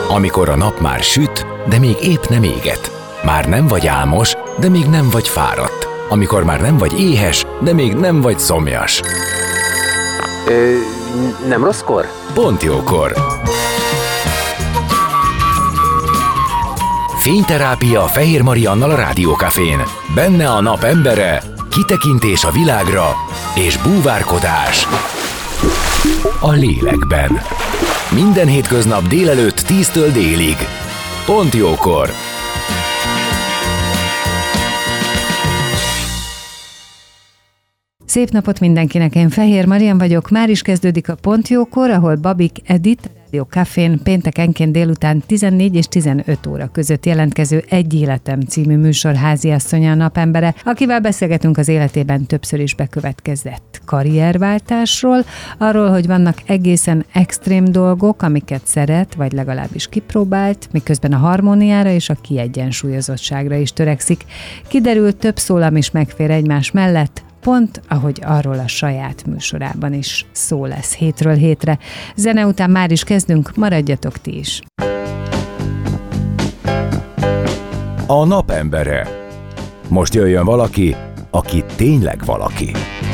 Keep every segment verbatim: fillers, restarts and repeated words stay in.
Amikor a nap már süt, de még épp nem éget. Már nem vagy álmos, de még nem vagy fáradt. Amikor már nem vagy éhes, de még nem vagy szomjas. Ö, nem rosszkor? Pont jókor. Fényterápia Fehér Mariannal a Rádiókafén. Benne a nap embere, kitekintés a világra és búvárkodás a lélekben. Minden hétköznap délelőtt tíztől délig. Pont jókor. Szép napot mindenkinek, én Fehér Marian vagyok. Már is kezdődik a Pont jókor, ahol Babik Edit, a Rádiókafén péntekenként délután tizennégy és tizenöt óra között jelentkező Egy életem című műsor háziasszonya, a napembere, akivel beszélgetünk az életében többször is bekövetkezett karrierváltásról, arról, hogy vannak egészen extrém dolgok, amiket szeret, vagy legalábbis kipróbált, miközben a harmóniára és a kiegyensúlyozottságra is törekszik. Kiderül, több szólam is megfér egymás mellett, pont ahogy arról a saját műsorában is szó lesz hétről hétre. Zene után már is kezdünk, maradjatok ti is. A napembere. Most jöjjön valaki, aki tényleg valaki.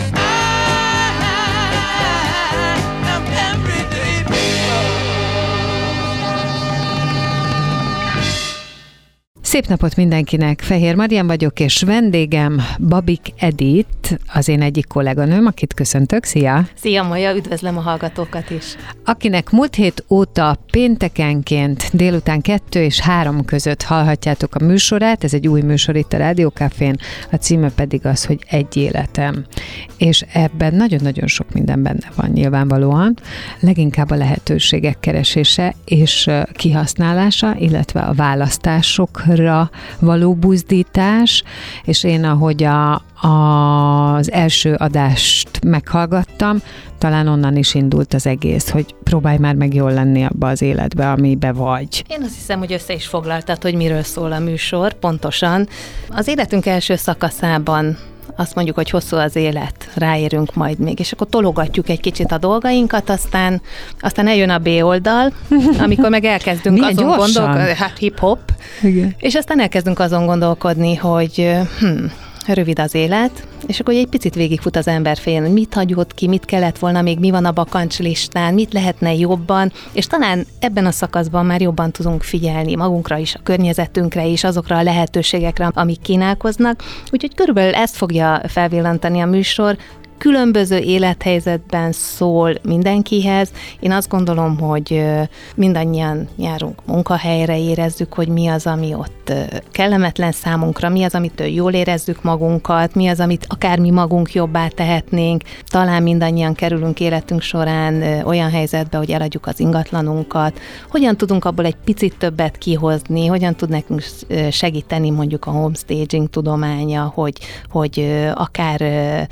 Szép napot mindenkinek, Fehér Marian vagyok, és vendégem Babik Edit, az én egyik kolléganőm, akit köszöntök. Szia! Szia, Maja, üdvözlöm a hallgatókat is! Akinek múlt hét óta péntekenként délután kettő és három között hallhatjátok a műsorát, ez egy új műsor itt a Rádiókafén, a címe pedig az, hogy Egy életem. És ebben nagyon-nagyon sok minden benne van nyilvánvalóan, leginkább a lehetőségek keresése és kihasználása, illetve a választásokra való buzdítás, és én ahogy a, a, az első adást meghallgattam, talán onnan is indult az egész, hogy próbálj már meg jól lenni abba az életbe, amibe vagy. Én azt hiszem, hogy össze is foglaltad, hogy miről szól a műsor, pontosan. Az életünk első szakaszában azt mondjuk, hogy hosszú az élet, ráérünk majd még, és akkor tologatjuk egy kicsit a dolgainkat, aztán, aztán eljön a B-oldal, amikor meg elkezdünk Milyen azon gyorsan? gondolkodni, hát hip-hop, Igen. és aztán elkezdünk azon gondolkodni, hogy hm, rövid az élet, és akkor egy picit végigfut az ember fején, hogy mit hagyott ki, mit kellett volna még, mi van a bakancslistán, mit lehetne jobban, és talán ebben a szakaszban már jobban tudunk figyelni magunkra is, a környezetünkre is, azokra a lehetőségekre, amik kínálkoznak. Úgyhogy körülbelül ezt fogja felvillantani a műsor, különböző élethelyzetben szól mindenkihez. Én azt gondolom, hogy mindannyian járunk munkahelyre, érezzük, hogy mi az, ami ott kellemetlen számunkra, mi az, amitől jól érezzük magunkat, mi az, amit akár mi magunk jobbá tehetnénk. Talán mindannyian kerülünk életünk során olyan helyzetbe, hogy eladjuk az ingatlanunkat. Hogyan tudunk abból egy picit többet kihozni, hogyan tud nekünk segíteni mondjuk a homestaging tudománya, hogy, hogy akár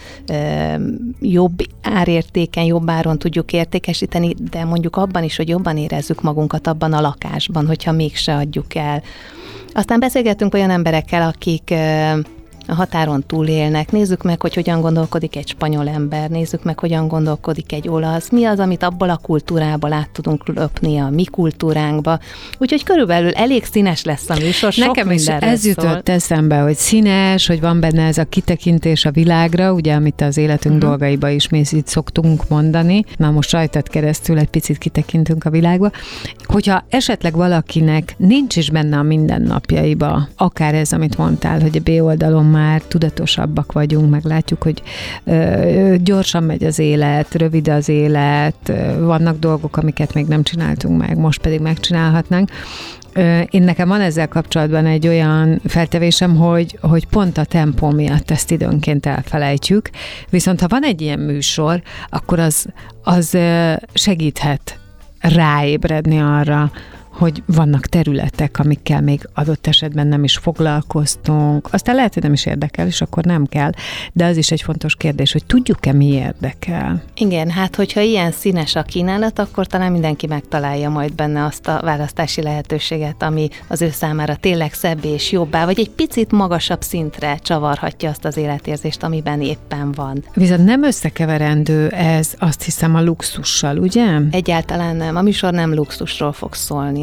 jobb árértéken, jobb áron tudjuk értékesíteni, de mondjuk abban is, hogy jobban érezzük magunkat abban a lakásban, hogyha mégse adjuk el. Aztán beszélgettünk olyan emberekkel, akik a határon túlélnek. Nézzük meg, hogy hogyan gondolkodik egy spanyol ember, nézzük meg, hogyan gondolkodik egy olasz, mi az, amit abból a kultúrából át tudunk löpni a mi kultúránkba. Úgyhogy körülbelül elég színes lesz a műsor, sok Nekem is ez szól. jutott eszembe, hogy színes, hogy van benne ez a kitekintés a világra, ugye, amit az életünk uh-huh. dolgaiba is mi itt szoktunk mondani. Na most rajtad keresztül egy picit kitekintünk a világba. Hogyha esetleg valakinek nincs is benne a mindennapjaiba, akár ez, amit mondtál, hogy a B oldalon már tudatosabbak vagyunk, meg látjuk, hogy ö, gyorsan megy az élet, rövid az élet, ö, vannak dolgok, amiket még nem csináltunk meg, most pedig megcsinálhatnánk. Ö, én nekem van ezzel kapcsolatban egy olyan feltevésem, hogy, hogy pont a tempó miatt ezt időnként elfelejtjük, viszont ha van egy ilyen műsor, akkor az, az segíthet ráébredni arra, hogy vannak területek, amikkel még adott esetben nem is foglalkoztunk. Aztán lehet, hogy nem is érdekel, és akkor nem kell. De az is egy fontos kérdés, hogy tudjuk-e, mi érdekel? Igen, hát hogyha ilyen színes a kínálat, akkor talán mindenki megtalálja majd benne azt a választási lehetőséget, ami az ő számára tényleg szebb és jobbá, vagy egy picit magasabb szintre csavarhatja azt az életérzést, amiben éppen van. Viszont nem összekeverendő ez, azt hiszem, a luxussal, ugye? Egyáltalán nem. A műsor nem luxusról fog szólni.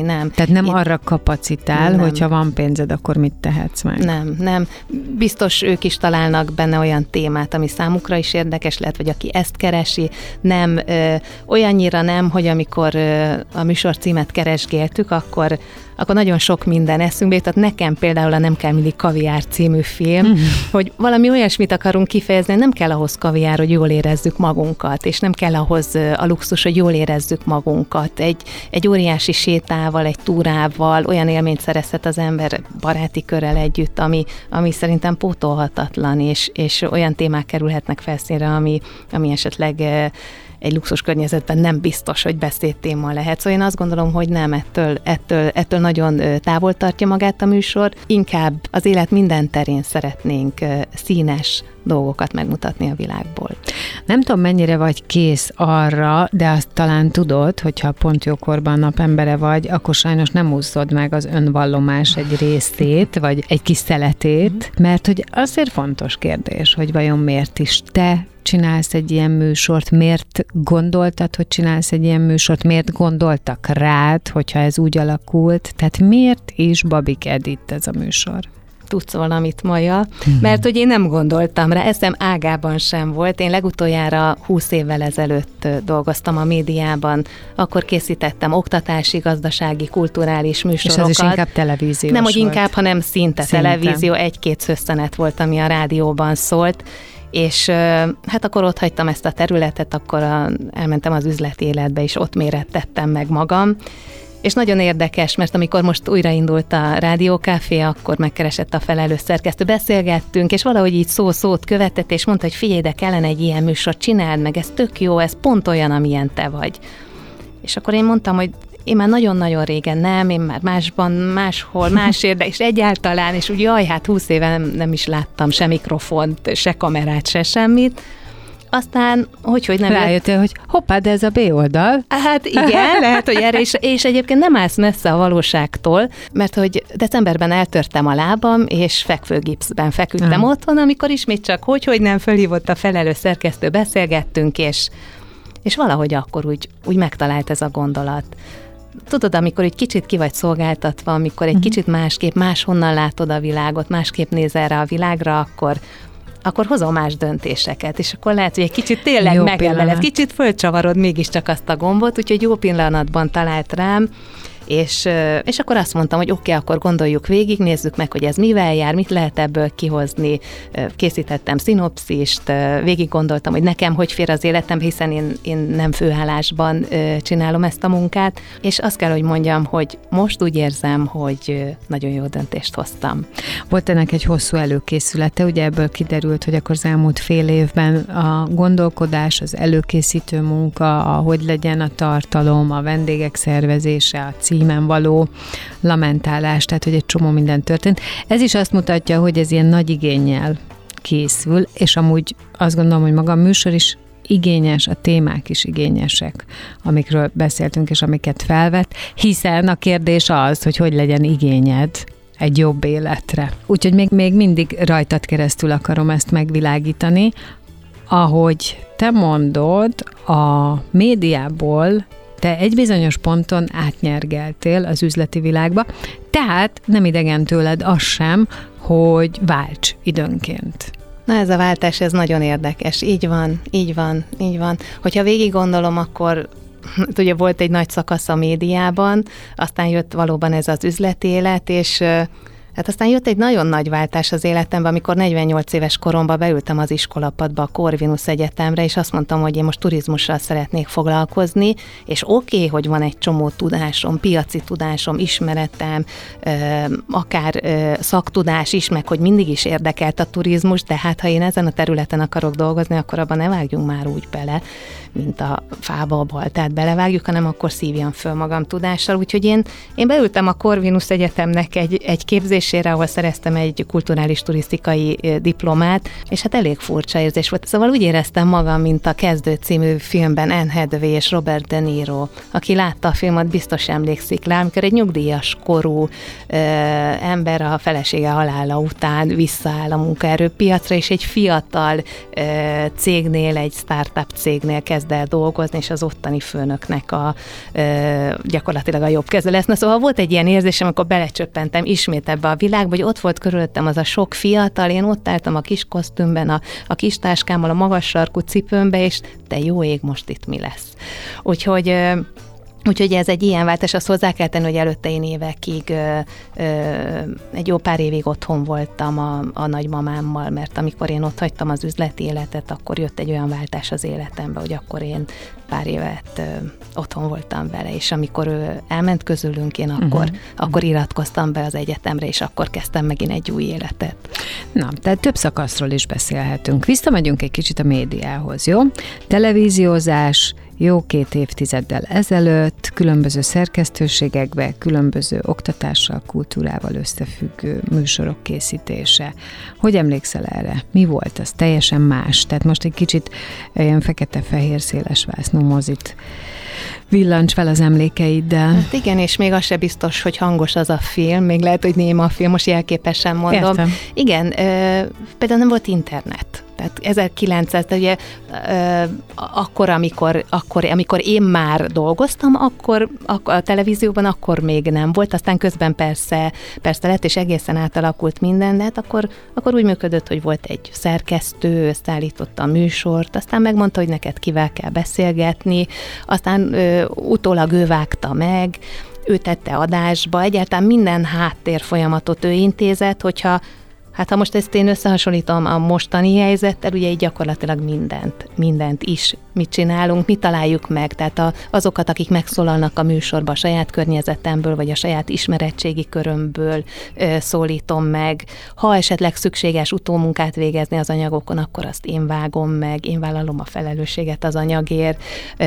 nem. Tehát nem Itt arra kapacitál, nem. Hogyha van pénzed, akkor mit tehetsz meg? Nem, nem. Biztos ők is találnak benne olyan témát, ami számukra is érdekes lehet, vagy aki ezt keresi. Nem, ö, olyannyira nem, hogy amikor ö, a műsor címet keresgéltük, akkor akkor nagyon sok minden eszünkbe jut. Tehát nekem például a Nem kell mindig kaviár című film, mm. hogy valami olyasmit akarunk kifejezni, nem kell ahhoz kaviár, hogy jól érezzük magunkat, és nem kell ahhoz a luxus, hogy jól érezzük magunkat. Egy, egy óriási sétával, egy túrával olyan élményt szerezhet az ember baráti körrel együtt, ami, ami szerintem pótolhatatlan, és, és olyan témák kerülhetnek felszínre, ami, ami esetleg egy luxus környezetben nem biztos, hogy beszédtéma lehet. Szóval én azt gondolom, hogy nem, ettől, ettől, ettől nagyon távol tartja magát a műsor. Inkább az élet minden terén szeretnénk színes dolgokat megmutatni a világból. Nem tudom, mennyire vagy kész arra, de azt talán tudod, hogyha pont jókorban napembere vagy, akkor sajnos nem úszod meg az önvallomás egy részét, vagy egy kis szeletét, mert hogy azért fontos kérdés, hogy vajon miért is te csinálsz egy ilyen műsort, miért gondoltad, hogy csinálsz egy ilyen műsort, miért gondoltak rád, hogyha ez úgy alakult, tehát miért is Babik Edit ez a műsor? Tudsz valamit, Maja, mert hogy én nem gondoltam rá, eszem ágában sem volt. Én legutoljára húsz évvel ezelőtt dolgoztam a médiában, akkor készítettem oktatási, gazdasági, kulturális műsorokat. És az is inkább televíziós Nem, hogy volt. inkább, hanem szinte, szinte. televízió, egy-két szösszenet volt, ami a rádióban szólt, és hát akkor ott hagytam ezt a területet, akkor a, elmentem az üzleti életbe, és ott mérettettem meg magam. És nagyon érdekes, mert amikor most újraindult a Rádiókafé, akkor megkeresett a felelős szerkesztő, beszélgettünk, és valahogy így szó-szót követett, és mondta, hogy figyelj, de kellene egy ilyen műsort, csináld meg, ez tök jó, ez pont olyan, amilyen te vagy. És akkor én mondtam, hogy én már nagyon-nagyon régen nem, én már másban, máshol, másért, de és egyáltalán, és úgy jaj, hát húsz éve nem, nem is láttam se mikrofont, se kamerát, se semmit. Aztán, hogy, hogy nem... Rájöttél, hogy hoppá, de ez a B oldal. Hát igen, lehet, hogy erre is, és egyébként nem állsz messze a valóságtól, mert hogy decemberben eltörtem a lábam, és fekvőgipszben feküdtem hmm. otthon, amikor ismét csak hogy, hogy nem fölhívott a felelős szerkesztő, beszélgettünk, és, és valahogy akkor úgy, úgy megtalált ez a gondolat. Tudod, amikor egy kicsit ki vagy szolgáltatva, amikor egy hmm. kicsit másképp, máshonnan látod a világot, másképp nézel erre a világra, akkor akkor hozol más döntéseket, és akkor lehet, hogy egy kicsit tényleg megemeled, kicsit fölcsavarod mégiscsak azt a gombot, úgyhogy jó pillanatban talált rám, és, és akkor azt mondtam, hogy oké, okay, akkor gondoljuk végig, nézzük meg, hogy ez mivel jár, mit lehet ebből kihozni. Készítettem szinopszist, végig gondoltam, hogy nekem hogy fér az életem, hiszen én, én nem főállásban csinálom ezt a munkát, és azt kell, hogy mondjam, hogy most úgy érzem, hogy nagyon jó döntést hoztam. Volt ennek egy hosszú előkészülete, ugye ebből kiderült, hogy akkor az elmúlt fél évben a gondolkodás, az előkészítő munka, a hogy legyen a tartalom, a vendégek szervezése, a címen való lamentálás, tehát hogy egy csomó minden történt. Ez is azt mutatja, hogy ez ilyen nagy igénnyel készül, és amúgy azt gondolom, hogy maga a műsor is igényes, a témák is igényesek, amikről beszéltünk, és amiket felvett, hiszen a kérdés az, hogy hogy legyen igényed egy jobb életre. Úgyhogy még, még mindig rajtad keresztül akarom ezt megvilágítani. Ahogy te mondod, a médiából te egy bizonyos ponton átnyergeltél az üzleti világba, tehát nem idegen tőled az sem, hogy válts időnként. Na ez a váltás, ez nagyon érdekes. Így van, így van, így van. Hogyha végig gondolom, akkor ugye volt egy nagy szakasz a médiában, aztán jött valóban ez az üzleti élet, és hát aztán jött egy nagyon nagy váltás az életemben, amikor negyvennyolc éves koromban beültem az iskolapadba a Corvinus Egyetemre, és azt mondtam, hogy én most turizmussal szeretnék foglalkozni, és oké, okay, hogy van egy csomó tudásom, piaci tudásom, ismeretem, akár szaktudás is, meg hogy mindig is érdekelt a turizmus, de hát ha én ezen a területen akarok dolgozni, akkor abban ne vágjunk már úgy bele, mint a fába a baltát belevágjuk, hanem akkor szívjam föl magam tudással. Úgyhogy én, én beültem a Corvinus Egyetemnek egy, egy képzés szerencsésére, ahol szereztem egy kulturális turisztikai diplomát, és hát elég furcsa érzés volt. Szóval úgy éreztem magam, mint a Kezdő című filmben Anne Hathaway és Robert De Niro. Aki látta a filmet, biztos emlékszik rá, amikor egy nyugdíjas korú ö, ember a felesége halála után visszaáll a munkaerőpiacra, és egy fiatal ö, cégnél, egy startup cégnél kezd el dolgozni, és az ottani főnöknek a ö, gyakorlatilag a jobb keze lesz. Na szóval volt egy ilyen érzésem, amikor belecsöppentem ismét ebbe a világba, hogy ott volt körülöttem az a sok fiatal, én ott álltam a kis kosztümben, a, a kis táskámmal, a magas sarkú cipőmbe, és te jó ég, most itt mi lesz. Úgyhogy Úgyhogy ez egy ilyen váltás, azt hozzá kell tenni, hogy előtte én évekig, ö, ö, egy jó pár évig otthon voltam a, a nagymamámmal, mert amikor én ott hagytam az üzleti életet, akkor jött egy olyan váltás az életembe, hogy akkor én pár évet ö, otthon voltam vele, és amikor ő elment közülünk, én akkor, uh-huh. akkor iratkoztam be az egyetemre, és akkor kezdtem megint egy új életet. Na, tehát több szakaszról is beszélhetünk. Visszamegyünk egy kicsit a médiához, jó? Televíziózás, jó két évtizeddel ezelőtt, különböző szerkesztőségekbe, különböző oktatással, kultúrával összefüggő műsorok készítése. Hogy emlékszel erre? Mi volt az? Teljesen más. Tehát most egy kicsit ilyen fekete-fehér szélesvásznú mozit villancs fel az emlékeiddel. Hát igen, és még az se biztos, hogy hangos az a film, még lehet, hogy néma a film, most jelképesen mondom. Értem. Igen, ö, például nem volt internet. Tehát ezerkilencszáz, ugye ö, akkor, amikor, akkor, amikor én már dolgoztam, akkor, akkor a televízióban akkor még nem volt, aztán közben persze, persze lett, és egészen átalakult minden, de hát akkor, akkor úgy működött, hogy volt egy szerkesztő, összeállította a műsort, aztán megmondta, hogy neked kivel kell beszélgetni, aztán ö, utólag ő vágta meg, ő tette adásba, egyáltalán minden háttér folyamatot ő intézett, hogyha Hát ha most ezt én összehasonlítom a mostani helyzettel, ugye így gyakorlatilag mindent, mindent is mit csinálunk, mit találjuk meg, tehát a, azokat, akik megszólalnak a műsorba a saját környezetemből, vagy a saját ismeretségi körömből ö, szólítom meg. Ha esetleg szükséges utómunkát végezni az anyagokon, akkor azt én vágom meg, én vállalom a felelősséget az anyagért. Ö,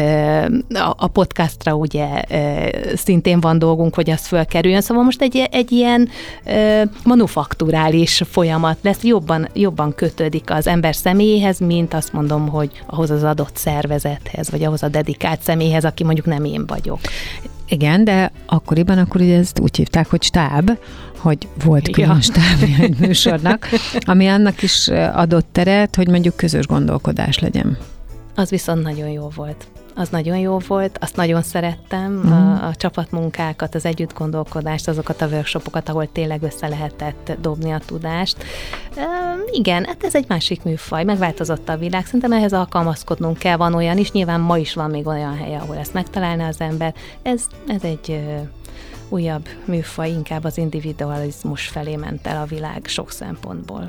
a, a podcastra ugye ö, szintén van dolgunk, hogy az fölkerüljön, szóval most egy, egy ilyen ö, manufakturális folyamat lesz, jobban, jobban kötődik az ember személyéhez, mint azt mondom, hogy ahhoz az adott szervezethez, vagy ahhoz a dedikált személyhez, aki mondjuk nem én vagyok. Igen, de akkoriban akkor ugye ezt úgy hívták, hogy stáb, hogy volt külön ja. stábja egy műsornak, ami annak is adott teret, hogy mondjuk közös gondolkodás legyen. Az viszont nagyon jó volt. Az nagyon jó volt, azt nagyon szerettem, mm. a, a csapatmunkákat, az együttgondolkodást, azokat a workshopokat, ahol tényleg össze lehetett dobni a tudást. E, igen, hát ez egy másik műfaj, megváltozott a világ, szerintem ehhez alkalmazkodnunk kell, van olyan is, nyilván ma is van még olyan hely, ahol ezt megtalálna az ember. Ez, ez egy ö, újabb műfaj, inkább az individualizmus felé ment el a világ sok szempontból.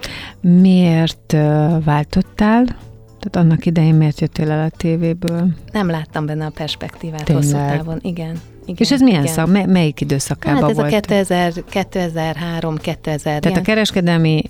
Miért ö, váltottál? Tehát annak idején miért jöttél el a tévéből? Nem láttam benne a perspektívát Tényleg. hosszú távon, igen. igen És ez milyen igen. szak? Mely, melyik időszakában hát ez volt? a kétezer, kétezer-három kétezer. Tehát a kereskedelmi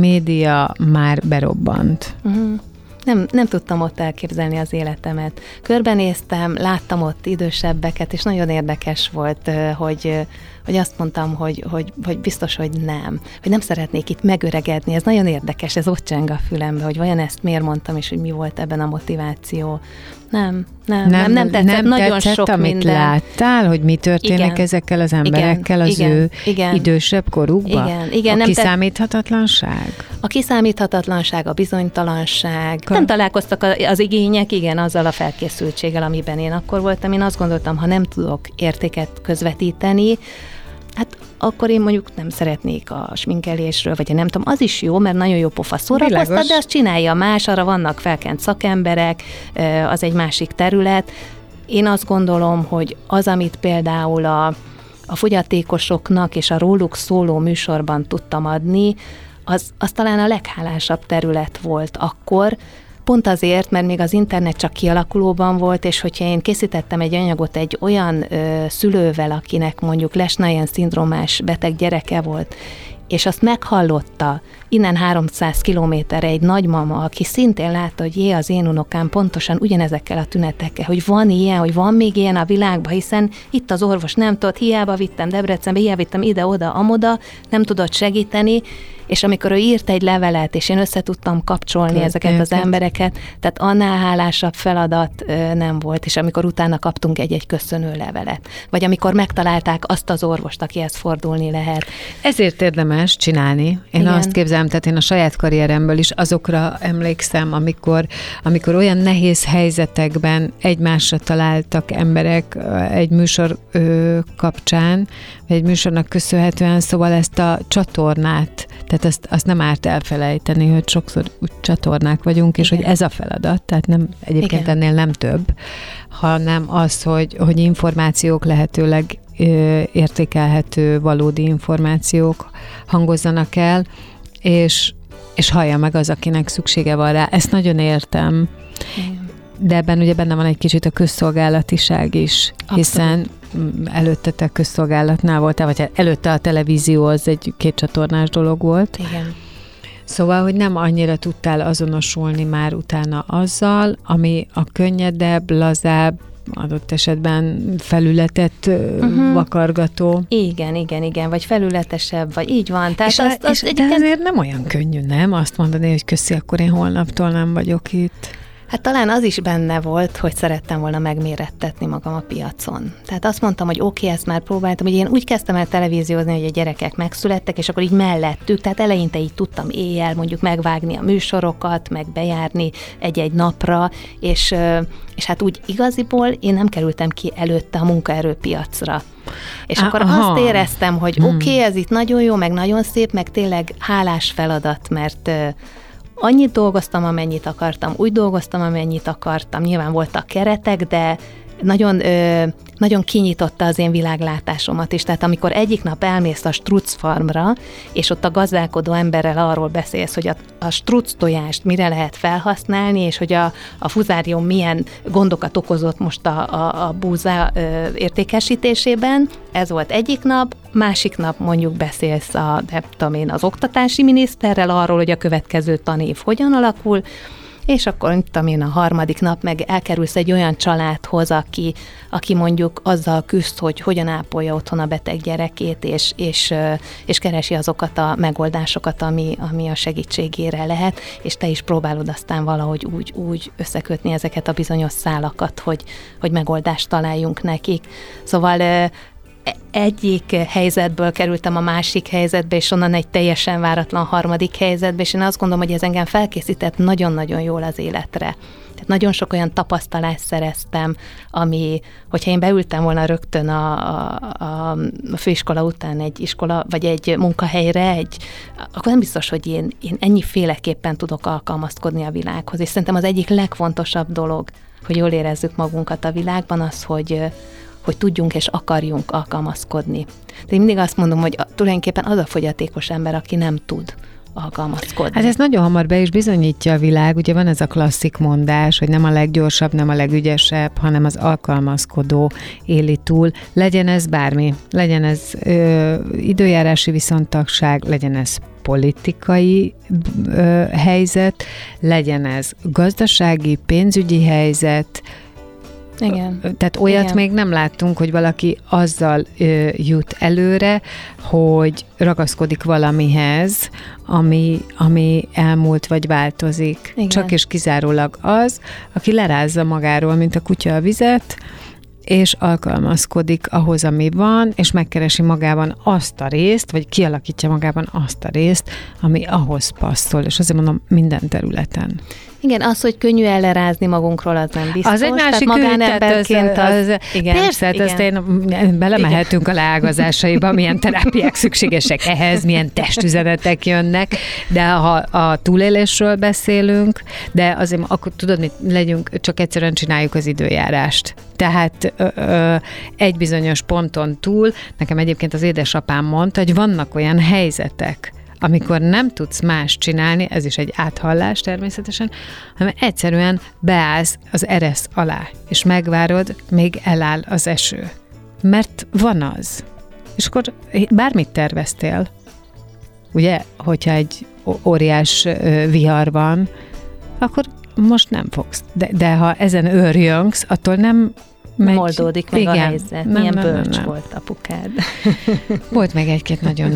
média már berobbant. Uh-huh. Nem, nem tudtam ott elképzelni az életemet. Körbenéztem, láttam ott idősebbeket, és nagyon érdekes volt, hogy, hogy azt mondtam, hogy, hogy, hogy biztos, hogy nem. Hogy nem szeretnék itt megöregedni. Ez nagyon érdekes, ez ott cseng a fülembe, hogy vajon ezt miért mondtam, és hogy mi volt ebben a motiváció. Nem, nem, nem, nem, nem tetszett. Nem nagyon tetszett, sok amit minden. láttál, hogy mi történik igen. ezekkel az emberekkel az igen, ő igen, idősebb korukban? Igen, igen. A nem kiszámíthatatlanság? A kiszámíthatatlanság, a bizonytalanság. Ka- nem találkoztak az igények, igen, azzal a felkészültséggel, amiben én akkor voltam. Én azt gondoltam, ha nem tudok értéket közvetíteni, hát akkor én mondjuk nem szeretnék a sminkelésről, vagy nem tudom, az is jó, mert nagyon jó pofa szórakoztat, de azt csinálja más, arra vannak felkent szakemberek, az egy másik terület. Én azt gondolom, hogy az, amit például a, a fogyatékosoknak és a róluk szóló műsorban tudtam adni, az, az talán a leghálásabb terület volt akkor, pont azért, mert még az internet csak kialakulóban volt, és hogyha én készítettem egy anyagot egy olyan ö, szülővel, akinek mondjuk Lesch-Nyhan szindrómás beteg gyereke volt, és azt meghallotta innen háromszáz kilométerre egy nagymama, aki szintén látta, hogy jé, az én unokám pontosan ugyanezekkel a tünetekkel, hogy van ilyen, hogy van még ilyen a világban, hiszen itt az orvos nem tudott, hiába vittem Debrecenbe, hiába vittem ide-oda, amoda, nem tudott segíteni, és amikor ő írt egy levelet, és én össze tudtam kapcsolni Tört, ezeket az embereket, tehát annál hálásabb feladat nem volt, és amikor utána kaptunk egy-egy köszönő levelet, vagy amikor megtalálták azt az orvost, akihez fordulni lehet. Ezért érdemes csinálni. Én Igen. azt képzelem, tehát én a saját karrieremből is azokra emlékszem, amikor, amikor olyan nehéz helyzetekben egymásra találtak emberek egy műsor ö, kapcsán, vagy egy műsornak köszönhetően, szóval ezt a csatornát, tehát azt, azt nem árt elfelejteni, hogy sokszor úgy csatornák vagyunk, és Igen. hogy ez a feladat, tehát nem, egyébként Igen. ennél nem több, hanem az, hogy, hogy információk lehetőleg ö, értékelhető, valódi információk hangozzanak el, és, és hallja meg az, akinek szüksége van rá. Ezt nagyon értem. Igen. De ebben ugye benne van egy kicsit a közszolgálatiság is, Abszolút. Hiszen előtte te közszolgálatnál voltál, vagy előtte a televízió az egy kétcsatornás dolog volt. Igen. Szóval, hogy nem annyira tudtál azonosulni már utána azzal, ami a könnyedebb, lazább, adott esetben felületet uh-huh. vakargató. Igen, igen, igen, vagy felületesebb, vagy így van. Tehát és azt, a, azt és de azért nem olyan könnyű, nem? Azt mondani, hogy köszi, akkor én holnaptól nem vagyok itt. Hát talán az is benne volt, hogy szerettem volna megmérettetni magam a piacon. Tehát azt mondtam, hogy oké, okay, ezt már próbáltam, hogy én úgy kezdtem el televíziózni, hogy a gyerekek megszülettek, és akkor így mellettük, tehát eleinte így tudtam éjjel mondjuk megvágni a műsorokat, meg bejárni egy-egy napra, és, és hát úgy igaziból én nem kerültem ki előtte a munkaerőpiacra. És ah, akkor aha. azt éreztem, hogy hmm. oké, okay, ez itt nagyon jó, meg nagyon szép, meg tényleg hálás feladat, mert annyit dolgoztam, amennyit akartam, úgy dolgoztam, amennyit akartam. Nyilván voltak keretek, de nagyon, ö, nagyon kinyitotta az én világlátásomat is. Tehát amikor egyik nap elmész a struc farmra, és ott a gazdálkodó emberrel arról beszélsz, hogy a, a struc tojást mire lehet felhasználni, és hogy a, a fuzárium milyen gondokat okozott most a, a, a búza ö, értékesítésében, ez volt egyik nap, másik nap mondjuk beszélsz a, nem tudom én, az oktatási miniszterrel arról, hogy a következő tanév hogyan alakul, és akkor, nem tudom én, a harmadik nap meg elkerülsz egy olyan családhoz, aki, aki mondjuk azzal küzd, hogy hogyan ápolja otthon a beteg gyerekét, és, és, és keresi azokat a megoldásokat, ami, ami a segítségére lehet, és te is próbálod aztán valahogy úgy, úgy összekötni ezeket a bizonyos szálakat, hogy, hogy megoldást találjunk nekik. Szóval egyik helyzetből kerültem a másik helyzetbe, és onnan egy teljesen váratlan harmadik helyzetbe, és én azt gondolom, hogy ez engem felkészített nagyon-nagyon jól az életre. Tehát nagyon sok olyan tapasztalást szereztem, ami, hogyha én beültem volna rögtön a, a, a főiskola után egy iskola, vagy egy munkahelyre, egy, akkor nem biztos, hogy én, én ennyiféleképpen tudok alkalmazkodni a világhoz. És szerintem az egyik legfontosabb dolog, hogy jól érezzük magunkat a világban, az, hogy hogy tudjunk és akarjunk alkalmazkodni. De én mindig azt mondom, hogy tulajdonképpen az a fogyatékos ember, aki nem tud alkalmazkodni. Hát ez nagyon hamar be is bizonyítja a világ, ugye van ez a klasszik mondás, hogy nem a leggyorsabb, nem a legügyesebb, hanem az alkalmazkodó éli túl. Legyen ez bármi, legyen ez ö, időjárási viszontagság, legyen ez politikai ö, helyzet, legyen ez gazdasági, pénzügyi helyzet. Igen. Tehát olyat Igen. még nem láttunk, hogy valaki azzal ö, jut előre, hogy ragaszkodik valamihez, ami, ami elmúlt vagy változik. Igen. Csak és kizárólag az, aki lerázza magáról, mint a kutya a vizet, és alkalmazkodik ahhoz, ami van, és megkeresi magában azt a részt, vagy kialakítja magában azt a részt, ami ahhoz passzol, és azért mondom, minden területen. Igen, az, hogy könnyű ellerázni magunkról, az nem biztos. Az egy másik magánemberként az, az, az, igen, persze, hát azt én belemehetünk igen. a leágazásaiba, milyen terápiák szükségesek ehhez, milyen testüzenetek jönnek, de ha a túlélésről beszélünk, de azért akkor tudod, mit legyünk, csak egyszerűen csináljuk az időjárást. Tehát ö, ö, egy bizonyos ponton túl, nekem egyébként az édesapám mondta, hogy vannak olyan helyzetek, amikor nem tudsz más csinálni, ez is egy áthallás természetesen, hanem egyszerűen beállsz az eresz alá, és megvárod, még eláll az eső. Mert van az. És akkor bármit terveztél, ugye, hogyha egy óriás vihar van, akkor most nem fogsz. De, de ha ezen őrjöngsz, attól nem megy. Moldódik meg igen. a helyzet. Nem, Milyen nem, bölcs nem, nem. volt apukád. Volt meg egy-két nagyon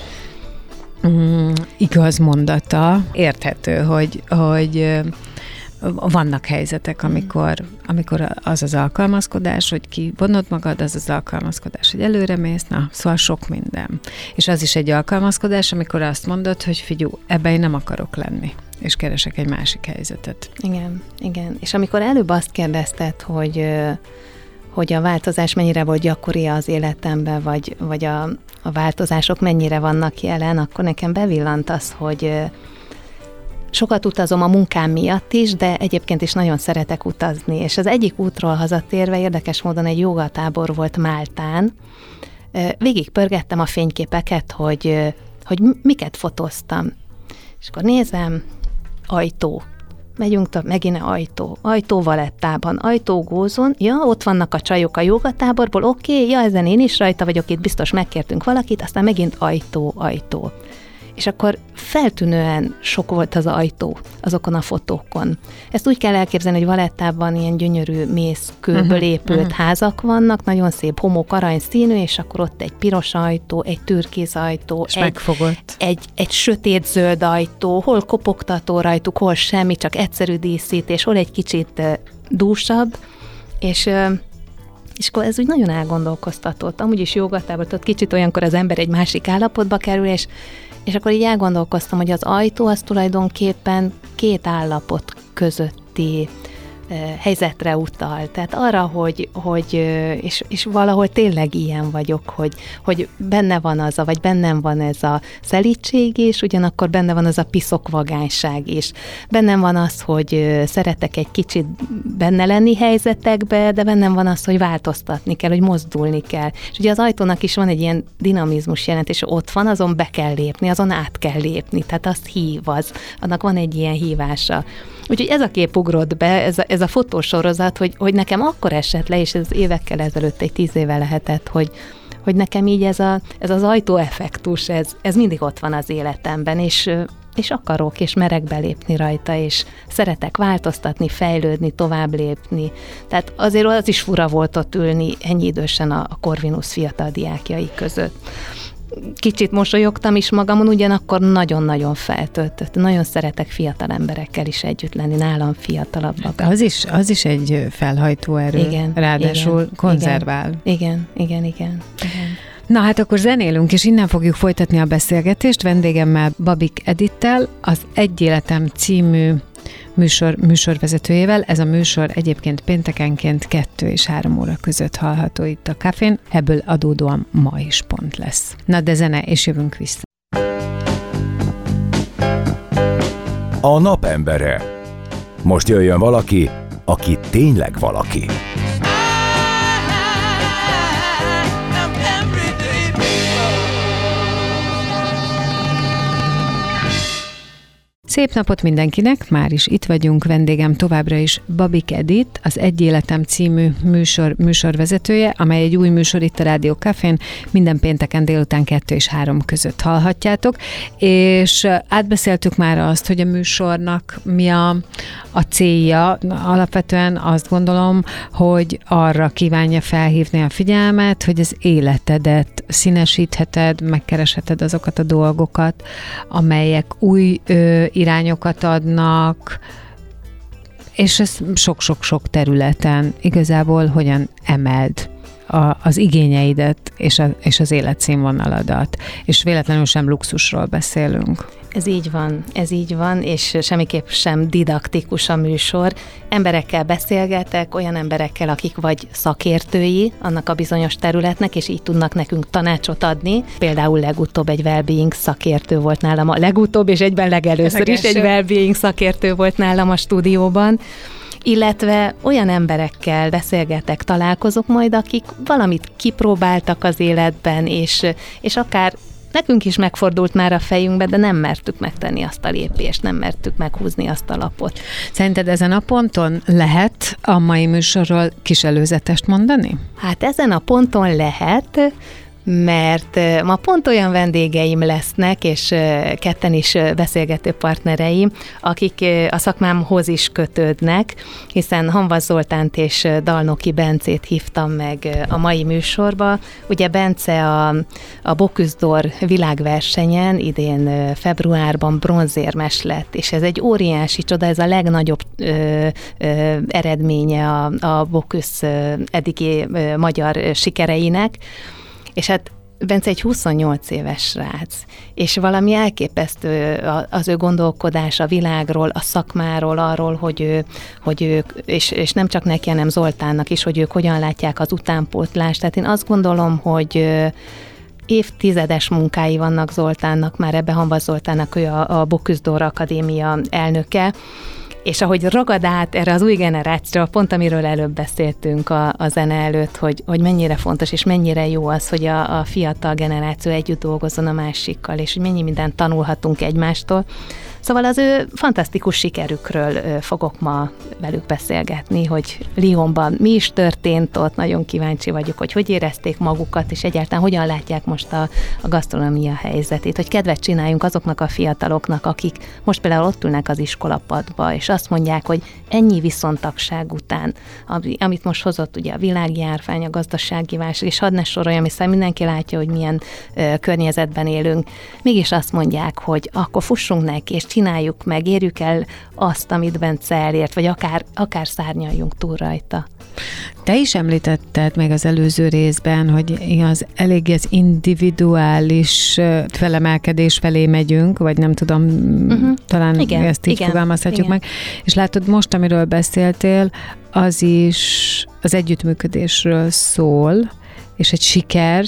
mm, igaz mondata. Érthető, hogy, hogy vannak helyzetek, amikor, amikor az az alkalmazkodás, hogy kivonod magad, az az alkalmazkodás, hogy előre mész, na, szóval sok minden. És az is egy alkalmazkodás, amikor azt mondod, hogy figyelj, ebben én nem akarok lenni, és keresek egy másik helyzetet. Igen, igen. És amikor előbb azt kérdezted, hogy, hogy a változás mennyire volt gyakori az életemben, vagy, vagy a, a változások mennyire vannak jelen, akkor nekem bevillant az, hogy sokat utazom a munkám miatt is, de egyébként is nagyon szeretek utazni. És az egyik útról hazatérve érdekes módon egy jogatábor volt Máltán. Végig pörgettem a fényképeket, hogy, hogy miket fotóztam. És akkor nézem, ajtó. Megyünk tovább, megint ajtó. Ajtó Valettában, ajtó Gózon. Ja, ott vannak a csajok a jogatáborból, oké, okay, ja, ezen én is rajta vagyok, itt biztos megkértünk valakit, aztán megint ajtó, ajtó. És akkor feltűnően sok volt az ajtó azokon a fotókon. Ezt úgy kell elképzelni, hogy Valettában ilyen gyönyörű mészkőből uh-huh, épült uh-huh. házak vannak, nagyon szép homok arany színű, és akkor ott egy piros ajtó, egy türkiz ajtó, egy, egy, egy sötét zöld ajtó, hol kopogtató rajtuk, hol semmi, csak egyszerű díszítés, hol egy kicsit dúsabb, és... És akkor ez úgy nagyon elgondolkoztatott. Amúgy is jogatában, ott kicsit olyankor az ember egy másik állapotba kerül, és, és akkor így elgondolkoztam, hogy az ajtó az tulajdonképpen két állapot közötti helyzetre utal. Tehát arra, hogy, hogy és, és valahol tényleg ilyen vagyok, hogy, hogy benne van az a, vagy bennem van ez a szelídség is, ugyanakkor benne van az a piszok vagányság is. Bennem van az, hogy szeretek egy kicsit benne lenni helyzetekbe, de bennem van az, hogy változtatni kell, hogy mozdulni kell. És ugye az ajtónak is van egy ilyen dinamizmus jelentés, ott van, azon be kell lépni, azon át kell lépni, tehát azt hív az, annak van egy ilyen hívása. Úgyhogy ez a kép ugrott be, ez a, ez a fotósorozat, hogy, hogy nekem akkor esett le, és ez évekkel ezelőtt, egy tíz éve lehetett, hogy, hogy nekem így ez, a, ez az ajtóeffektus, ez, ez mindig ott van az életemben, és, és akarok, és merek belépni rajta, és szeretek változtatni, fejlődni, tovább lépni. Tehát azért az is fura volt ott ülni ennyi idősen a, a Corvinus fiatal diákjai között. Kicsit mosolyogtam is magamon, ugyanakkor nagyon-nagyon feltöltött. Nagyon szeretek fiatal emberekkel is együtt lenni, nálam fiatalabbak. Az is, az is egy felhajtó erő, igen, ráadásul igen, konzervál. Igen, igen, igen, igen. Na hát akkor zenélünk, és innen fogjuk folytatni a beszélgetést vendégemmel, Babik Edittel, az Egy Életem című műsor, műsorvezetőjével. Ez a műsor egyébként péntekenként kettő és három óra között hallható itt a Cafén, ebből adódóan ma is pont lesz. Na de zene, és jövünk vissza. A napembere. Most jöjjön valaki, aki tényleg valaki. Szép napot mindenkinek, már is itt vagyunk, vendégem továbbra is Babik Edit, az Egy Életem című műsor, műsorvezetője, amely egy új műsor itt a Rádió Cafén, minden pénteken délután kettő és három között hallhatjátok, és átbeszéltük már azt, hogy a műsornak mi a, a célja. Alapvetően azt gondolom, hogy arra kívánja felhívni a figyelmet, hogy az életedet színesítheted, megkeresheted azokat a dolgokat, amelyek új ö, irányokat adnak, és ez sok-sok-sok területen igazából hogyan emeld a, az igényeidet és, a, és az életszínvonaladat. És véletlenül sem luxusról beszélünk. Ez így van, ez így van, és semmiképp sem didaktikus a műsor. Emberekkel beszélgetek, olyan emberekkel, akik vagy szakértői annak a bizonyos területnek, és így tudnak nekünk tanácsot adni. Például legutóbb egy well-being szakértő volt nálam, a legutóbb és egyben legelőször is egy well-being szakértő volt nálam a stúdióban. Illetve olyan emberekkel beszélgetek, találkozok majd, akik valamit kipróbáltak az életben, és, és akár nekünk is megfordult már a fejünkbe, de nem mertük megtenni azt a lépést, nem mertük meghúzni azt a lapot. Szerinted ezen a ponton lehet a mai műsorról kis előzetest mondani? Hát ezen a ponton lehet. mert ma pont olyan vendégeim lesznek, és ketten is beszélgető partnereim, akik a szakmámhoz is kötődnek, hiszen Hamvas Zoltánt és Dalnoki Bencét hívtam meg a mai műsorba. Ugye Bence a, a Bocuse d'Or világversenyen idén februárban bronzérmes lett, és ez egy óriási csoda, ez a legnagyobb ö, ö, eredménye a, a Bocuse eddigi ö, magyar sikereinek, és hát Bence egy huszonnyolc éves srác, és valami elképesztő az ő gondolkodás a világról, a szakmáról, arról, hogy, ő, hogy ők, és, és nem csak neki, hanem Zoltánnak is, hogy ők hogyan látják az utánpótlást. Tehát én azt gondolom, hogy évtizedes munkái vannak Zoltánnak, már ebbe Hamvas Zoltánnak, ő a, a Bocuse d'Or Akadémia elnöke, és ahogy ragad át erre az új generációra, pont amiről előbb beszéltünk a, a zene előtt, hogy, hogy mennyire fontos, és mennyire jó az, hogy a, a fiatal generáció együtt dolgozzon a másikkal, és hogy mennyi mindent tanulhatunk egymástól. Szóval az ő fantasztikus sikerükről fogok ma velük beszélgetni, hogy Lyonban mi is történt ott, nagyon kíváncsi vagyok, hogy hogy érezték magukat, és egyáltalán hogyan látják most a, a gasztronómia helyzetét, hogy kedvet csináljunk azoknak a fiataloknak, akik most például ott ülnek az iskolapadba, és azt mondják, hogy ennyi viszontagság után, amit most hozott ugye a világjárvány, a gazdasági válság, és hadd ne soroljam, hiszen mindenki látja, hogy milyen ö, környezetben élünk, mégis azt mondják, hogy akkor fussunk neki, és csináljuk meg, érjük el azt, amit Bence elért, vagy akár, akár szárnyaljunk túl rajta. Te is említetted meg az előző részben, hogy az elég az individuális felemelkedés felé megyünk, vagy nem tudom, uh-huh. talán igen, ezt így igen, fogalmazhatjuk igen. meg. És látod, most, amiről beszéltél, az is az együttműködésről szól, és egy siker,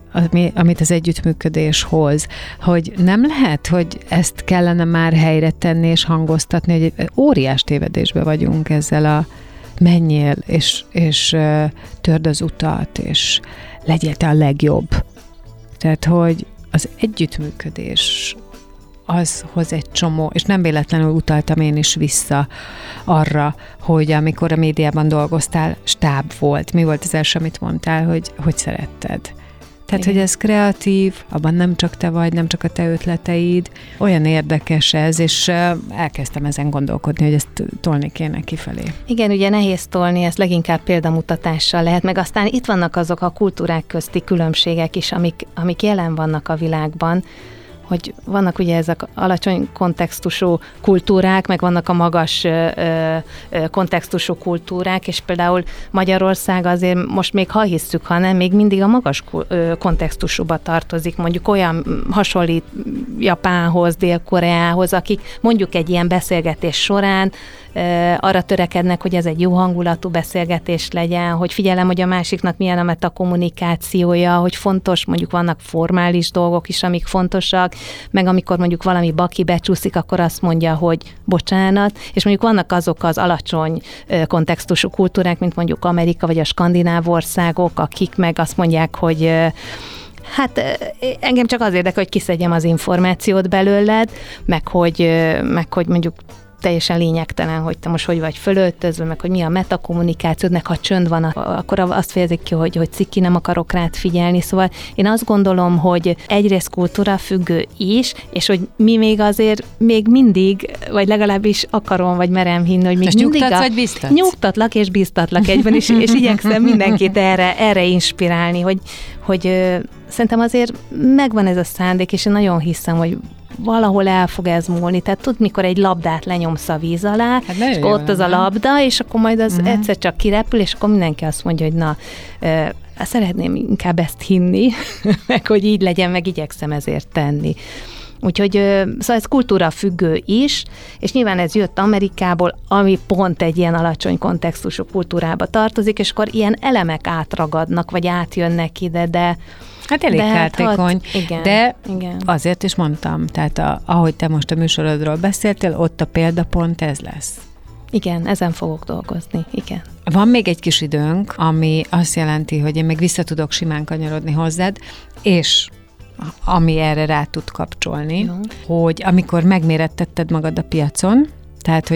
amit az együttműködés hoz, hogy nem lehet, hogy ezt kellene már helyre tenni és hangoztatni, hogy egy óriás tévedésbe vagyunk ezzel a menjél, és, és törd az utat, és legyél te a legjobb. Tehát, hogy az együttműködés az hoz egy csomó, és nem véletlenül utaltam én is vissza arra, hogy amikor a médiában dolgoztál, stáb volt. Mi volt az első, amit mondtál, hogy hogy szeretted? Tehát, igen. hogy ez kreatív, abban nem csak te vagy, nem csak a te ötleteid, olyan érdekes ez, és elkezdtem ezen gondolkodni, hogy ezt tolni kéne kifelé. Igen, ugye nehéz tolni, ez leginkább példamutatással lehet, meg aztán itt vannak azok a kultúrák közti különbségek is, amik, amik jelen vannak a világban, hogy vannak ugye ezek alacsony kontextusú kultúrák, meg vannak a magas ö, ö, kontextusú kultúrák, és például Magyarország azért most még ha hisszük, ha nem, még mindig a magas kontextusúba tartozik, mondjuk olyan hasonlít Japánhoz, Dél-Koreához, akik mondjuk egy ilyen beszélgetés során ö, arra törekednek, hogy ez egy jó hangulatú beszélgetés legyen, hogy figyelem, hogy a másiknak milyen a metakommunikációja, hogy fontos, mondjuk vannak formális dolgok is, amik fontosak, meg amikor mondjuk valami baki becsúszik, akkor azt mondja, hogy bocsánat, és mondjuk vannak azok az alacsony kontextusú kultúrák, mint mondjuk Amerika vagy a skandináv országok, akik meg azt mondják, hogy hát engem csak az érdekel, hogy kiszedjem az információt belőled, meg hogy, meg hogy mondjuk teljesen lényegtelen, hogy te most hogy vagy fölöltözve, meg hogy mi a metakommunikációd, meg ha csönd van, akkor azt fejezik ki, hogy, hogy ciki, nem akarok rád figyelni. Szóval én azt gondolom, hogy egyrészt kultúra függő is, és hogy mi még azért még mindig, vagy legalábbis akarom, vagy merem hinni, hogy még és mindig nyugtatsz, a, vagy biztatsz? Nyugtatlak és biztatlak egyben, és, és igyekszem mindenkit erre, erre inspirálni, hogy, hogy ö, szerintem azért megvan ez a szándék, és én nagyon hiszem, hogy valahol el fog ez múlni. Tehát tud, mikor egy labdát lenyomsz a víz alá, hát és ott az a labda, és akkor majd az uh-huh. egyszer csak kirepül, és akkor mindenki azt mondja, hogy na, ö, szeretném inkább ezt hinni, meg hogy így legyen, meg igyekszem ezért tenni. Úgyhogy szóval ez kultúra függő is, és nyilván ez jött Amerikából, ami pont egy ilyen alacsony kontextusú kultúrába tartozik, és akkor ilyen elemek átragadnak, vagy átjönnek ide, de hát elég kártékony, hát, igen, de igen. azért is mondtam, tehát a, ahogy te most a műsorodról beszéltél, ott a példapont ez lesz. Igen, ezen fogok dolgozni, igen. Van még egy kis időnk, ami azt jelenti, hogy én még vissza tudok simán kanyarodni hozzád, és ami erre rá tud kapcsolni, jó. hogy amikor megmérettetted magad a piacon, tehát, hogy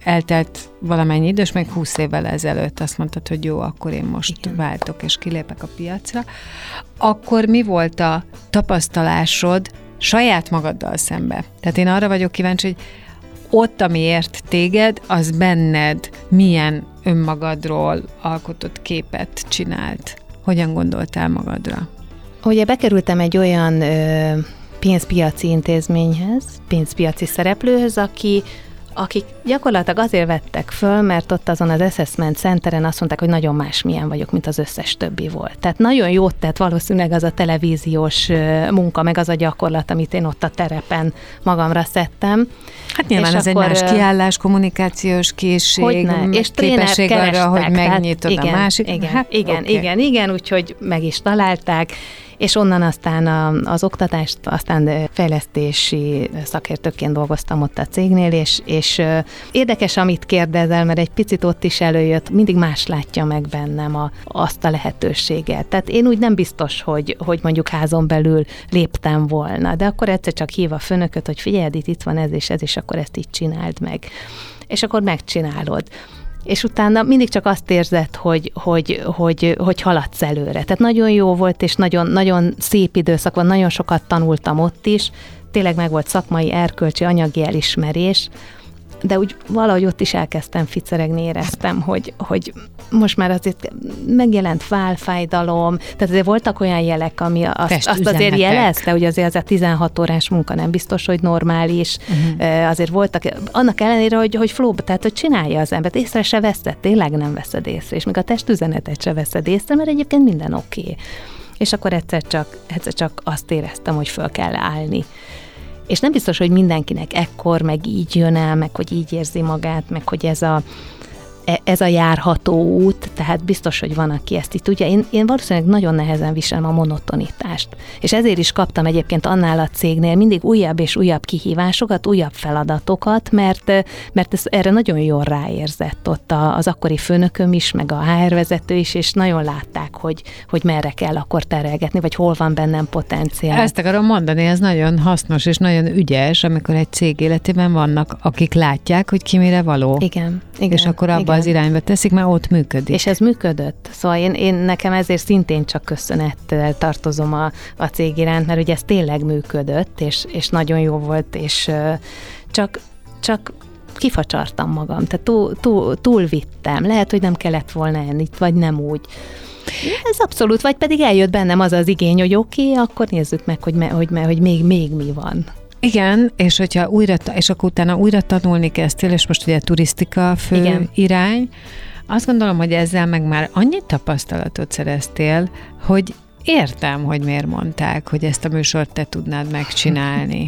eltelt valamennyi idő, és még húsz évvel ezelőtt azt mondtad, hogy jó, akkor én most Igen. váltok és kilépek a piacra, akkor mi volt a tapasztalásod saját magaddal szembe? Tehát én arra vagyok kíváncsi, hogy ott, ami ért téged, az benned milyen önmagadról alkotott képet csinált? Hogyan gondoltál magadra? Ugye bekerültem egy olyan ö, pénzpiaci intézményhez, pénzpiaci szereplőhöz, aki akik gyakorlatilag azért vettek föl, mert ott azon az assessment centeren azt mondták, hogy nagyon másmilyen vagyok, mint az összes többi volt. Tehát nagyon jót tett valószínűleg az a televíziós munka, meg az a gyakorlat, amit én ott a terepen magamra szedtem. Hát nyilván ez egy más kiállás, kommunikációs készség, és képesség arra, hogy megnyitod igen, a másik. Igen, hát, igen, okay. igen, igen, úgyhogy meg is találták, és onnan aztán a, az oktatást, aztán fejlesztési szakértőként dolgoztam ott a cégnél, és, és érdekes, amit kérdezel, mert egy picit ott is előjött, mindig más látja meg bennem a, azt a lehetőséget. Tehát én úgy nem biztos, hogy, hogy mondjuk házon belül léptem volna, de akkor egyszer csak hív a főnököt, hogy figyelj, itt, itt van ez és ez, és akkor ezt így csináld meg. És akkor megcsinálod. És utána mindig csak azt érzed, hogy, hogy, hogy, hogy haladsz előre. Tehát nagyon jó volt, és nagyon, nagyon szép időszak van, nagyon sokat tanultam ott is, tényleg meg volt szakmai, erkölcsi, anyagi elismerés, de úgy valahogy ott is elkezdtem ficeregni, éreztem, hogy, hogy most már azért megjelent válfájdalom, tehát azért voltak olyan jelek, ami azt, azt azért jelezte, hogy azért az a tizenhat órás munka nem biztos, hogy normális, uh-huh. azért voltak, annak ellenére, hogy, hogy flow, tehát hogy csinálja az embert, észre se veszed, tényleg nem veszed észre, és még a testüzenetet se veszed észre, mert egyébként minden oké. Okay. És akkor egyszer csak, egyszer csak azt éreztem, hogy föl kell állni. És nem biztos, hogy mindenkinek ekkor, meg így jön el, meg hogy így érzi magát, meg hogy ez a, ez a járható út, tehát biztos, hogy van, aki ezt így tudja. Én, én valószínűleg nagyon nehezen viselem a monotonitást. És ezért is kaptam egyébként annál a cégnél mindig újabb és újabb kihívásokat, újabb feladatokat, mert, mert ez erre nagyon jól ráérzett ott az akkori főnököm is, meg a há er vezető is, és nagyon látták, hogy, hogy merre kell akkor terelgetni, vagy hol van bennem potenciál. Ezt akarom mondani, ez nagyon hasznos és nagyon ügyes, amikor egy cég életében vannak, akik látják, hogy ki mire való. Igen. Igen, és akkor abba igen. az irányba teszik, mert ott működik. És ez működött. Szóval én, én nekem ezért szintén csak köszönettel tartozom a, a cég iránt, mert ugye ez tényleg működött, és, és nagyon jó volt, és uh, csak, csak kifacsartam magam, tehát túl, túl, túl vittem. Lehet, hogy nem kellett volna enni, vagy nem úgy. Ez abszolút, vagy pedig eljött bennem az az igény, hogy oké, okay, akkor nézzük meg, hogy, me, hogy, me, hogy még, még mi van. Igen, és hogyha újra, és akkor utána újra tanulni kezdtél, és most ugye turisztika a fő Igen. irány, azt gondolom, hogy ezzel meg már annyi tapasztalatot szereztél, hogy értem, hogy miért mondták, hogy ezt a műsort te tudnád megcsinálni.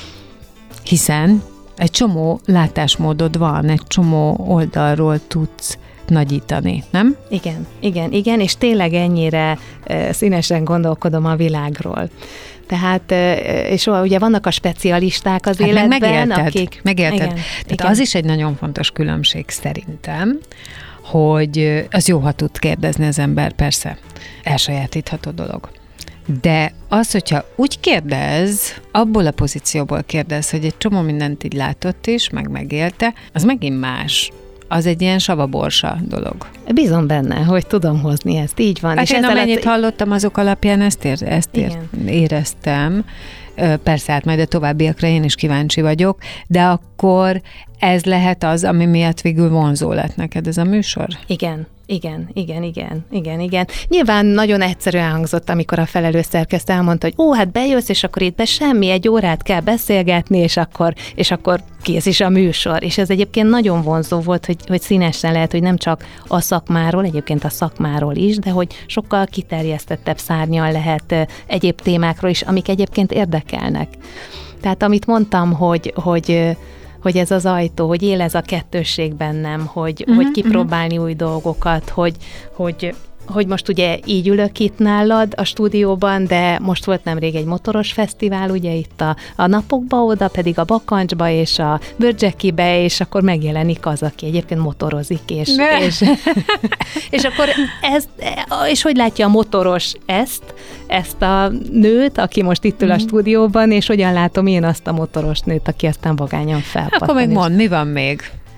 Hiszen egy csomó látásmódod van, egy csomó oldalról tudsz nagyítani, nem? Igen, igen, igen, és tényleg ennyire uh, színesen gondolkodom a világról. Tehát, és ugye vannak a specialisták az hát életben, megélted, akik... Megélted. Igen, Tehát igen. Az is egy nagyon fontos különbség szerintem, hogy az jó, ha tud kérdezni az ember, persze, elsajátítható dolog. De az, hogyha úgy kérdez, abból a pozícióból kérdez, hogy egy csomó mindent így látott is, meg megélte, az megint más. Az egy ilyen savaborsa dolog. Bízom benne, hogy tudom hozni ezt, így van. Hát és én amennyit a... hallottam, azok alapján ezt, ér, ezt ér, éreztem. Persze, hát majd a továbbiakra én is kíváncsi vagyok, de akkor ez lehet az, ami miatt végül vonzó lett neked ez a műsor? Igen. Igen, igen, igen, igen, igen. Nyilván nagyon egyszerűen hangzott, amikor a felelős szerkesztő elmondta, hogy ó, hát bejössz, és akkor itt be semmi, egy órát kell beszélgetni, és akkor, és akkor kész is a műsor. És ez egyébként nagyon vonzó volt, hogy, hogy színesen lehet, hogy nem csak a szakmáról, egyébként a szakmáról is, de hogy sokkal kiterjesztettebb szárnyal lehet egyéb témákról is, amik egyébként érdekelnek. Tehát amit mondtam, hogy, hogy hogy ez az ajtó, hogy él ez a kettősség bennem, hogy, uh-huh, hogy kipróbálni uh-huh. új dolgokat, hogy, hogy, hogy most ugye így ülök itt nálad a stúdióban, de most volt nemrég egy motoros fesztivál, ugye itt a, a napokba, oda pedig a Bakancsba és a Bőrcsekibe, és akkor megjelenik az, aki egyébként motorozik, és, és, és akkor ez, és hogy látja a motoros ezt, ezt a nőt, aki most itt ül a stúdióban, és hogyan látom én azt a motoros nőt, aki aztán vagányan felpattan. Akkor meg mondd, mi van még?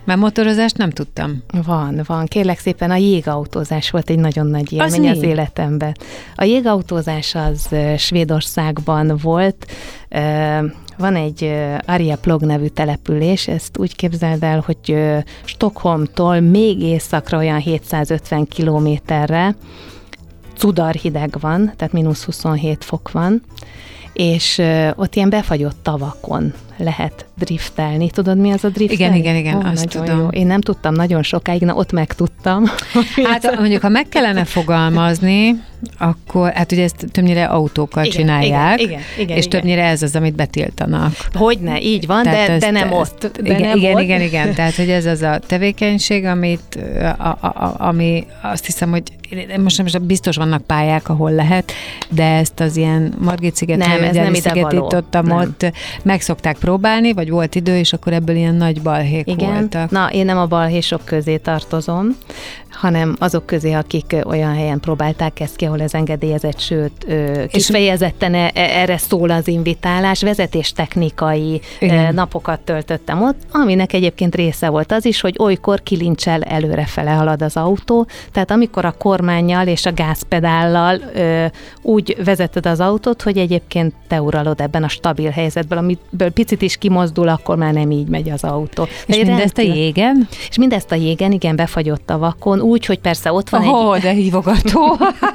Mert motorozást nem tudtam. Van, van. Kérlek szépen, a jégautózás volt egy nagyon nagy élmény az, az életemben. A jégautózás az Svédországban volt. Van egy Arjeplog nevű település, ezt úgy képzeld el, hogy Stockholmtól még északra olyan hétszázötven kilométerre cudar hideg van, tehát mínusz huszonhét fok van, és ott ilyen befagyott tavakon lehet driftelni. Tudod, mi az a driftelni? Igen, igen, igen, oh, azt tudom. Jó. Én nem tudtam nagyon sokáig, na ott megtudtam. Hát mondjuk, ha meg kellene fogalmazni, akkor, hát ugye ezt többnyire autókkal igen, csinálják, igen, igen, igen, és igen. többnyire ez az, amit betiltanak. Hogyne, így van, de, ezt, de nem ezt, ott. De igen, nem igen, ott. igen, igen, tehát hogy ez az a tevékenység, amit, a, a, a, ami azt hiszem, hogy most nem is biztos vannak pályák, ahol lehet, de ezt az ilyen Margit-sziget, szigetítottam ott, meg szokták próbálni, vagy volt idő, és akkor ebből ilyen nagy balhék igen. voltak. Na, én nem a balhésok közé tartozom, hanem azok közé, akik olyan helyen próbálták ezt ki, ahol ez engedélyezett, sőt, kifejezetten erre szól az invitálás, vezetéstechnikai igen. napokat töltöttem ott, aminek egyébként része volt az is, hogy olykor kilincsel előrefele halad az autó, tehát amikor a kormánnyal és a gázpedállal ö, úgy vezeted az autót, hogy egyébként te uralod ebben a stabil helyzetből, amiből picit is kimozdul, akkor már nem így megy az autó. És de mindezt rendkívül... a jégen? És mindezt a jégen, igen, befagyott tavakon, úgy, hogy persze ott van oh, egy... de hívogató!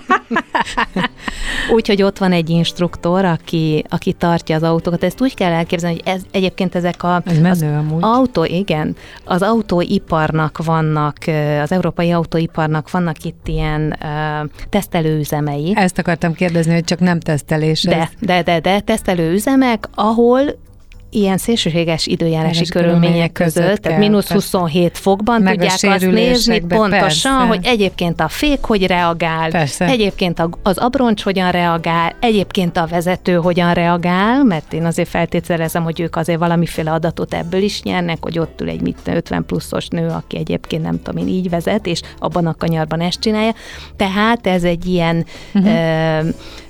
Úgy, hogy ott van egy instruktor, aki, aki tartja az autókat. Ezt úgy kell elképzelni, hogy ez, egyébként ezek a... Ez menő amúgy. Autó, igen. Az autóiparnak vannak, az európai autóiparnak vannak itt ilyen uh, tesztelőüzemei. Ezt akartam kérdezni, hogy csak nem tesztelés. De, de, de, de tesztelőüzemek, ahol ilyen szélsőséges időjárási Eres körülmények között, között tehát mínusz huszonhét fokban meg tudják azt nézni pontosan, persze. hogy egyébként a fék hogy reagál, persze. egyébként az abroncs hogyan reagál, egyébként a vezető hogyan reagál, mert én azért feltételezem, hogy ők azért valamiféle adatot ebből is nyernek, hogy ott ül egy mit, ötven pluszos nő, aki egyébként nem tudom én így vezet, és abban a kanyarban ezt csinálja. Tehát ez egy ilyen uh-huh. ö,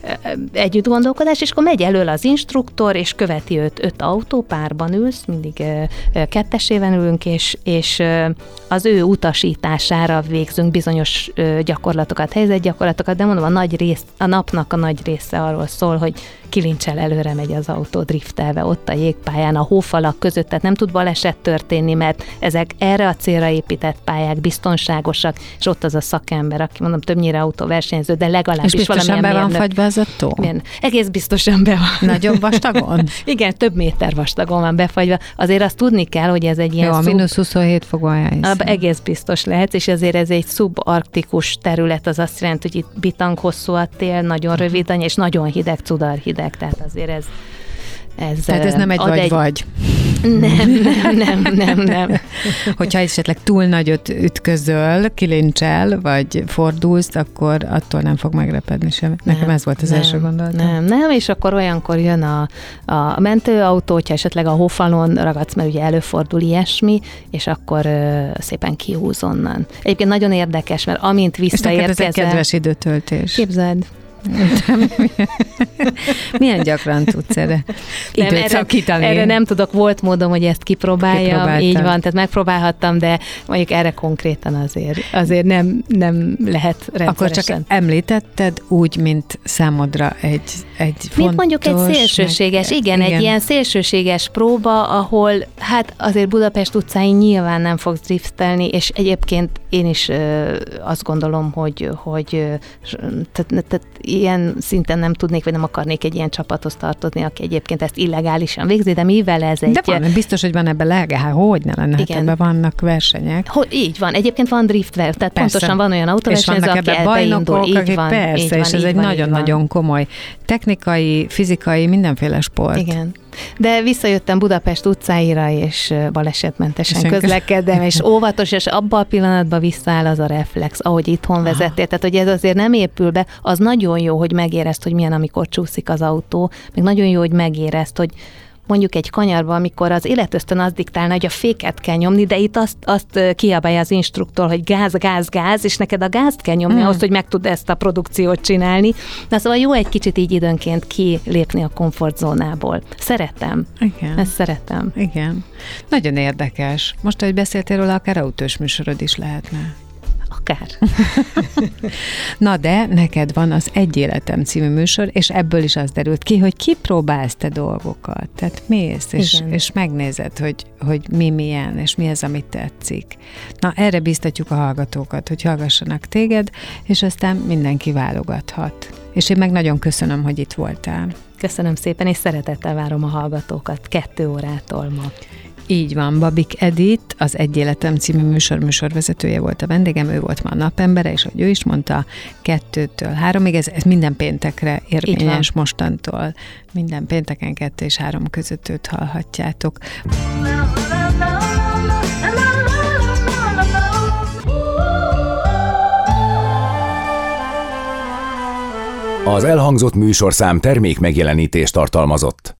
együtt gondolkodás, és akkor megy elől az instruktor, és követi őt öt autó, párban ülsz, mindig kettesében ülünk, és, és az ő utasítására végzünk bizonyos gyakorlatokat, helyzetgyakorlatokat, de mondom, a nagy rész, a napnak a nagy része arról szól, hogy kilincsel előre megy az autó driftelve ott a jégpályán, a hófalak között, tehát nem tud baleset történni, mert ezek erre a célra épített pályák biztonságosak, és ott az a szakember, aki mondom, többnyire autóversenyző, de legalábbis és biztosan be van fagyva az a tó? Milyen? Egész biztosan be van. Nagyon vastagon? Igen, több méter vastagon van befagyva. Azért azt tudni kell, hogy ez egy ilyen... Jó, a szub... mínusz huszonhét fokon egész biztos lehet, és azért ez egy szubarktikus terület, az azt jelenti, hogy itt bitang hosszú a tél, nagyon rövid, és nagyon hideg, cudar hideg, tehát azért ez... ez tehát ez nem egy vagy-vagy. Egy... Nem, nem, nem, nem, nem. Hogyha esetleg túl nagyot ütközöl, kilincsel, vagy fordulsz, akkor attól nem fog meglepedni sem. Nekem nem, ez volt az nem, első gondolatom. Nem, nem, és akkor olyankor jön a, a mentőautó, hogyha esetleg a hófalon ragadsz, mert ugye előfordul ilyesmi, és akkor ö, szépen kihúz onnan. Egyébként nagyon érdekes, mert amint visszaérkezel... És neked ez egy kedves időtöltés. Képzeld. Milyen gyakran tudsz erre időt szakítani? Erre nem tudok, volt módom, hogy ezt kipróbáljam, így van, tehát megpróbálhattam, de mondjuk erre konkrétan azért, azért nem, nem lehet rendszeresen. Akkor csak említetted úgy, mint számodra egy, egy fontos... Mint mondjuk egy szélsőséges, meg, igen, igen, egy ilyen szélsőséges próba, ahol hát azért Budapest utcáin nyilván nem fogsz driftelni, és egyébként én is ö, azt gondolom, hogy, hogy tehát, tehát ilyen szinten nem tudnék, vagy nem akarnék egy ilyen csapathoz tartozni, aki egyébként ezt illegálisan végzi, de mivel ez egy... De van, biztos, hogy van ebben lege, hát hogy ne lenne, hát ebben vannak versenyek. Hogy, így van, egyébként van driftver, tehát persze. pontosan van olyan autóversenyző, aki bajnokok, így akik van, persze, így van, és ez egy nagyon-nagyon komoly technikai, fizikai, mindenféle sport. Igen. De visszajöttem Budapest utcáira, és balesetmentesen és közlekedem, és óvatos, és abban a pillanatban visszaáll az a reflex, ahogy itthon vezettél. Tehát, hogy ez azért nem épül be, az nagyon jó, hogy megérezd, hogy milyen, amikor csúszik az autó, meg nagyon jó, hogy megérezd, hogy mondjuk egy kanyarban, amikor az életösztön az diktálna, hogy a féket kell nyomni, de itt azt, azt kiabálja az instruktor, hogy gáz, gáz, gáz, és neked a gázt kell nyomni hmm. ahhoz, hogy meg tud ezt a produkciót csinálni. Na szóval jó egy kicsit így időnként kilépni a komfortzónából. Szeretem. Igen. Ezt szeretem. Igen. Nagyon érdekes. Most, ahogy beszéltél róla, akár autós műsorod is lehetne. Akár. Na de neked van az Egy életem című műsor, és ebből is az derült ki, hogy kipróbálsz te dolgokat. Tehát mész, és, és megnézed, hogy, hogy mi milyen, és mi az, amit tetszik. Na erre biztatjuk a hallgatókat, hogy hallgassanak téged, és aztán mindenki válogathat. És én meg nagyon köszönöm, hogy itt voltál. Köszönöm szépen, és szeretettel várom a hallgatókat kettő órától ma. Így van, Babik Edith, az Egy életem című műsor műsorvezetője volt a vendégem, ő volt ma a napembere, és ahogy ő is mondta, kettőtől háromig, ez, ez minden péntekre érvényes mostantól. Minden pénteken kettő és három között őt hallhatjátok. Az elhangzott műsorszám termék megjelenítést tartalmazott.